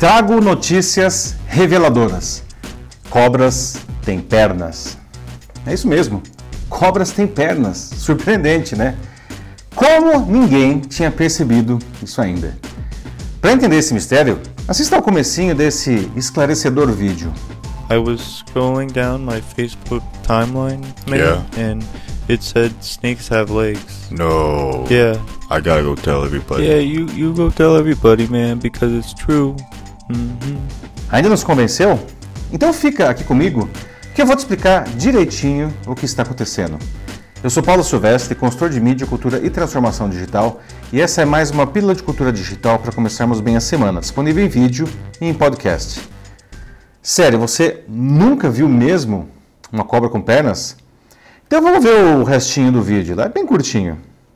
Trago notícias reveladoras. Cobras têm pernas. É isso mesmo, cobras têm pernas. Surpreendente, né? Como ninguém tinha percebido isso ainda. Para entender esse mistério, assista ao comecinho desse esclarecedor vídeo. I was scrolling down my Facebook timeline, man, and it said snakes have legs. No. Yeah. I gotta go tell everybody. Yeah, you go tell everybody, man, because it's true. Ainda não se convenceu? Então fica aqui comigo que eu vou te explicar direitinho o que está acontecendo. Eu sou Paulo Silvestre, consultor de mídia, cultura e transformação digital, e essa é mais uma pílula de cultura digital para começarmos bem a semana, disponível em vídeo e em podcast. Sério, você nunca viu mesmo uma cobra com pernas? Então vamos ver o restinho do vídeo, lá é bem curtinho.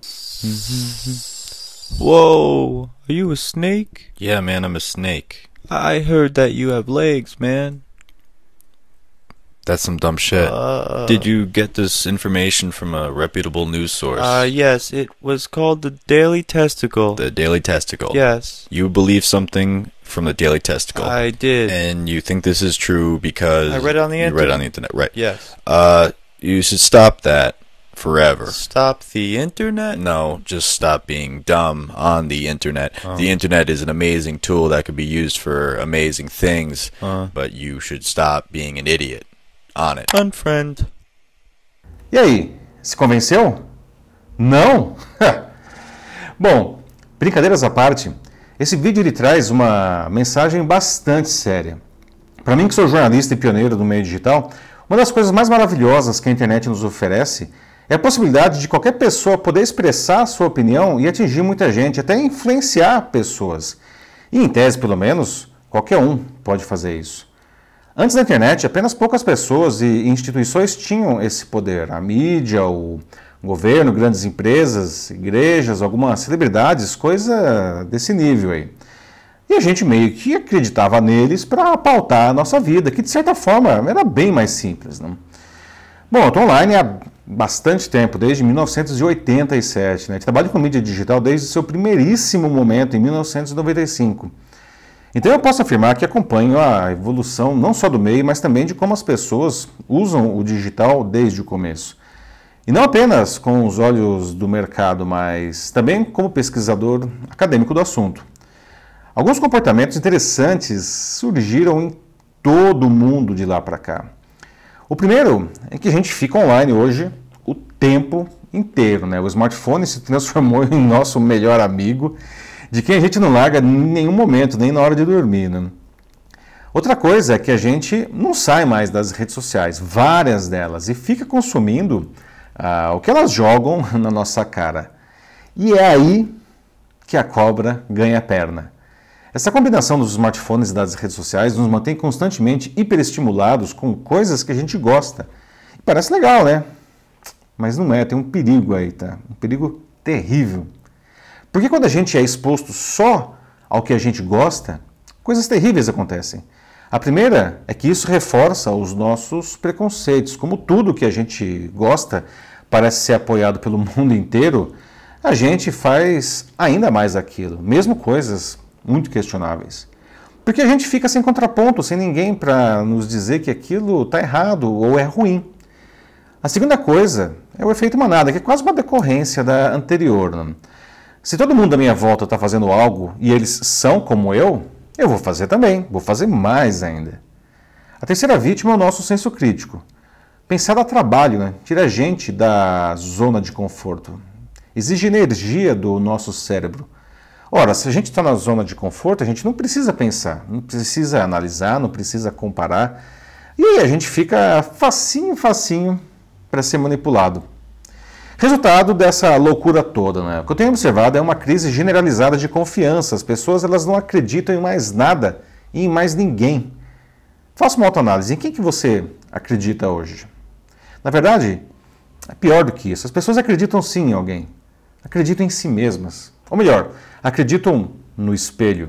Whoa, are you a snake? Yeah, man, I'm a snake. I heard that you have legs, man. That's some dumb shit. Did you get this information from a reputable news source? Yes, it was called the Daily Testicle. The Daily Testicle. Yes. You believe something from the Daily Testicle. I did. And you think this is true because I read it on the internet. You read it on the internet, right? Yes. You should stop that forever. Stop the internet? No, just stop being dumb on the internet. The internet is an amazing tool that could be used for amazing things, but you should stop being an idiot on it. Unfriend. E aí, se convenceu? Não? Bom, brincadeiras à parte, esse vídeo ele traz uma mensagem bastante séria. Para mim que sou jornalista e pioneiro do meio digital, uma das coisas mais maravilhosas que a internet nos oferece é a possibilidade de qualquer pessoa poder expressar a sua opinião e atingir muita gente, até influenciar pessoas. E em tese, pelo menos, qualquer um pode fazer isso. Antes da internet, apenas poucas pessoas e instituições tinham esse poder. A mídia, o governo, grandes empresas, igrejas, algumas celebridades, coisa desse nível aí. E a gente meio que acreditava neles para pautar a nossa vida, que de certa forma era bem mais simples, né? Bom, eu estou online há bastante tempo, desde 1987, né? Trabalho com mídia digital desde o seu primeiríssimo momento, em 1995. Então eu posso afirmar que acompanho a evolução não só do meio, mas também de como as pessoas usam o digital desde o começo. E não apenas com os olhos do mercado, mas também como pesquisador acadêmico do assunto. Alguns comportamentos interessantes surgiram em todo o mundo de lá para cá. O primeiro é que a gente fica online hoje o tempo inteiro, né? O smartphone se transformou em nosso melhor amigo, de quem a gente não larga em nenhum momento, nem na hora de dormir, né? Outra coisa é que a gente não sai mais das redes sociais, várias delas, e fica consumindo o que elas jogam na nossa cara. E é aí que a cobra ganha perna. Essa combinação dos smartphones e das redes sociais nos mantém constantemente hiperestimulados com coisas que a gente gosta. E parece legal, né? Mas não é, tem um perigo aí, tá? Um perigo terrível. Porque quando a gente é exposto só ao que a gente gosta, coisas terríveis acontecem. A primeira é que isso reforça os nossos preconceitos. Como tudo que a gente gosta parece ser apoiado pelo mundo inteiro, a gente faz ainda mais aquilo, mesmo coisas muito questionáveis. Porque a gente fica sem contraponto, sem ninguém para nos dizer que aquilo está errado ou é ruim. A segunda coisa é o efeito manada, que é quase uma decorrência da anterior, né? Se todo mundo à minha volta está fazendo algo e eles são como eu vou fazer também, vou fazer mais ainda. A terceira vítima é o nosso senso crítico. Pensar dá trabalho, né? Tira a gente da zona de conforto. Exige energia do nosso cérebro. Ora, se a gente está na zona de conforto, a gente não precisa pensar, não precisa analisar, não precisa comparar. E aí a gente fica facinho para ser manipulado. Resultado dessa loucura toda, né? O que eu tenho observado é uma crise generalizada de confiança. As pessoas elas não acreditam em mais nada e em mais ninguém. Faça uma autoanálise. Em quem que você acredita hoje? Na verdade, é pior do que isso. As pessoas acreditam sim em alguém. Acreditam em si mesmas. Ou melhor, acreditam no espelho.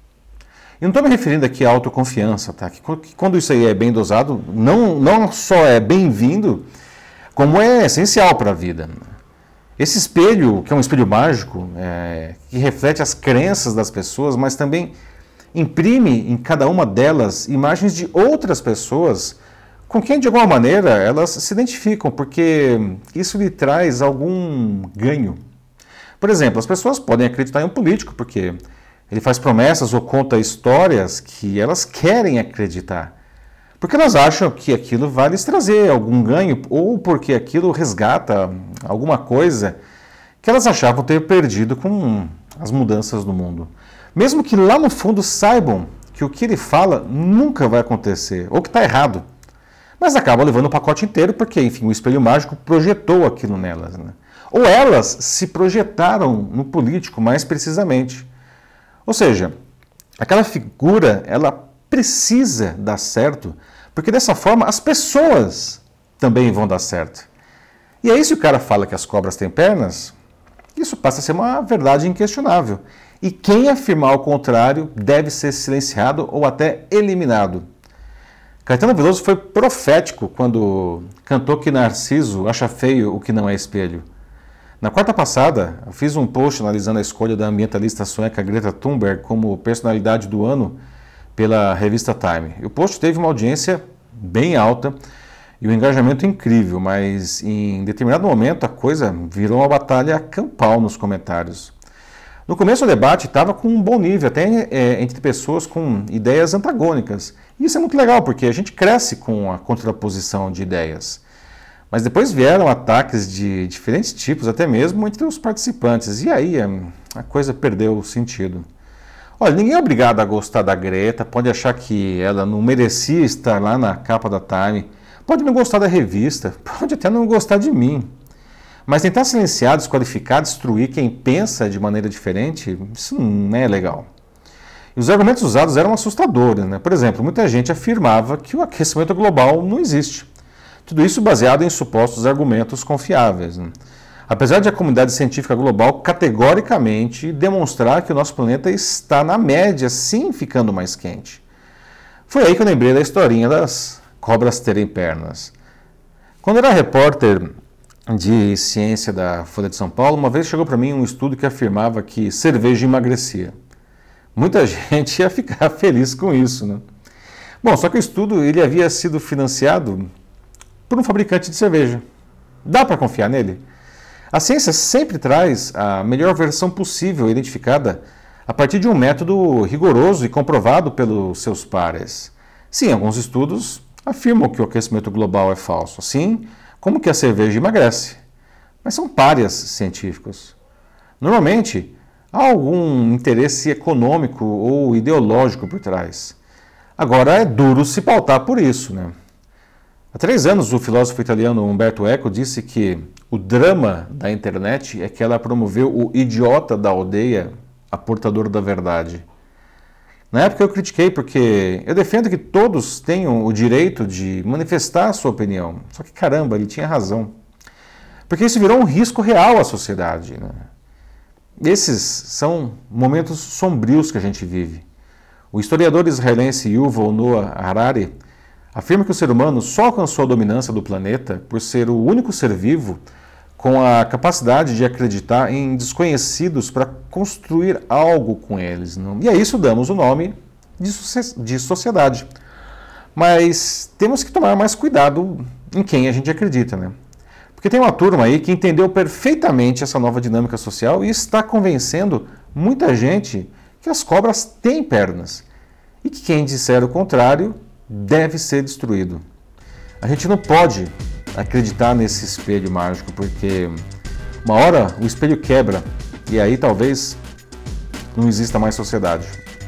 E não estou me referindo aqui à autoconfiança, tá? Que quando isso aí é bem dosado, não só é bem-vindo, como é essencial para a vida. Esse espelho, que é um espelho mágico, que reflete as crenças das pessoas, mas também imprime em cada uma delas imagens de outras pessoas com quem, de alguma maneira, elas se identificam, porque isso lhe traz algum ganho. Por exemplo, as pessoas podem acreditar em um político porque ele faz promessas ou conta histórias que elas querem acreditar. Porque elas acham que aquilo vai lhes trazer algum ganho ou porque aquilo resgata alguma coisa que elas achavam ter perdido com as mudanças no mundo. Mesmo que lá no fundo saibam que o que ele fala nunca vai acontecer ou que está errado. Mas acabam levando o pacote inteiro porque, enfim, o espelho mágico projetou aquilo nelas, né? Ou elas se projetaram no político mais precisamente. Ou seja, aquela figura, ela precisa dar certo, porque dessa forma as pessoas também vão dar certo. E aí se o cara fala que as cobras têm pernas, isso passa a ser uma verdade inquestionável. E quem afirmar o contrário deve ser silenciado ou até eliminado. Caetano Veloso foi profético quando cantou que Narciso acha feio o que não é espelho. Na quarta passada, eu fiz um post analisando a escolha da ambientalista sueca Greta Thunberg como personalidade do ano pela revista Time. O post teve uma audiência bem alta e um engajamento incrível, mas em determinado momento a coisa virou uma batalha campal nos comentários. No começo o debate estava com um bom nível, até entre pessoas com ideias antagônicas. E isso é muito legal, porque a gente cresce com a contraposição de ideias. Mas depois vieram ataques de diferentes tipos, até mesmo entre os participantes. E aí a coisa perdeu o sentido. Olha, ninguém é obrigado a gostar da Greta, pode achar que ela não merecia estar lá na capa da Time, pode não gostar da revista, pode até não gostar de mim. Mas tentar silenciar, desqualificar, destruir quem pensa de maneira diferente, isso não é legal. E os argumentos usados eram assustadores, né? Por exemplo, muita gente afirmava que o aquecimento global não existe. Tudo isso baseado em supostos argumentos confiáveis, né? Apesar de a comunidade científica global categoricamente demonstrar que o nosso planeta está na média, sim, ficando mais quente. Foi aí que eu lembrei da historinha das cobras terem pernas. Quando eu era repórter de ciência da Folha de São Paulo, uma vez chegou para mim um estudo que afirmava que cerveja emagrecia. Muita gente ia ficar feliz com isso, né? Bom, só que o estudo ele havia sido financiado por um fabricante de cerveja. Dá para confiar nele? A ciência sempre traz a melhor versão possível identificada a partir de um método rigoroso e comprovado pelos seus pares. Sim, alguns estudos afirmam que o aquecimento global é falso, assim como que a cerveja emagrece, mas são párias científicos. Normalmente, há algum interesse econômico ou ideológico por trás. Agora, é duro se pautar por isso, né? Há 3 anos, o filósofo italiano Umberto Eco disse que o drama da internet é que ela promoveu o idiota da aldeia a portador da verdade. Na época eu critiquei porque eu defendo que todos tenham o direito de manifestar a sua opinião. Só que caramba, ele tinha razão. Porque isso virou um risco real à sociedade, né? Esses são momentos sombrios que a gente vive. O historiador israelense Yuval Noah Harari afirma que o ser humano só alcançou a dominância do planeta por ser o único ser vivo com a capacidade de acreditar em desconhecidos para construir algo com eles, não? E a isso damos o nome de sociedade. Mas temos que tomar mais cuidado em quem a gente acredita, né? Porque tem uma turma aí que entendeu perfeitamente essa nova dinâmica social e está convencendo muita gente que as cobras têm pernas e que quem disser o contrário deve ser destruído. A gente não pode acreditar nesse espelho mágico, porque uma hora o espelho quebra e aí talvez não exista mais sociedade.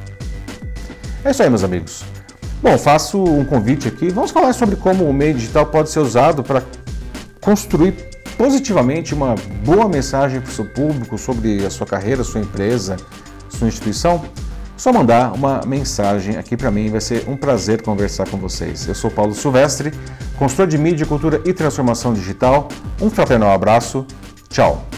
É isso aí, meus amigos. Bom, faço um convite aqui. Vamos falar sobre como o meio digital pode ser usado para construir positivamente uma boa mensagem para o seu público sobre a sua carreira, sua empresa, sua instituição. Só mandar uma mensagem aqui para mim, vai ser um prazer conversar com vocês. Eu sou Paulo Silvestre, consultor de mídia, cultura e transformação digital. Um fraternal abraço, tchau!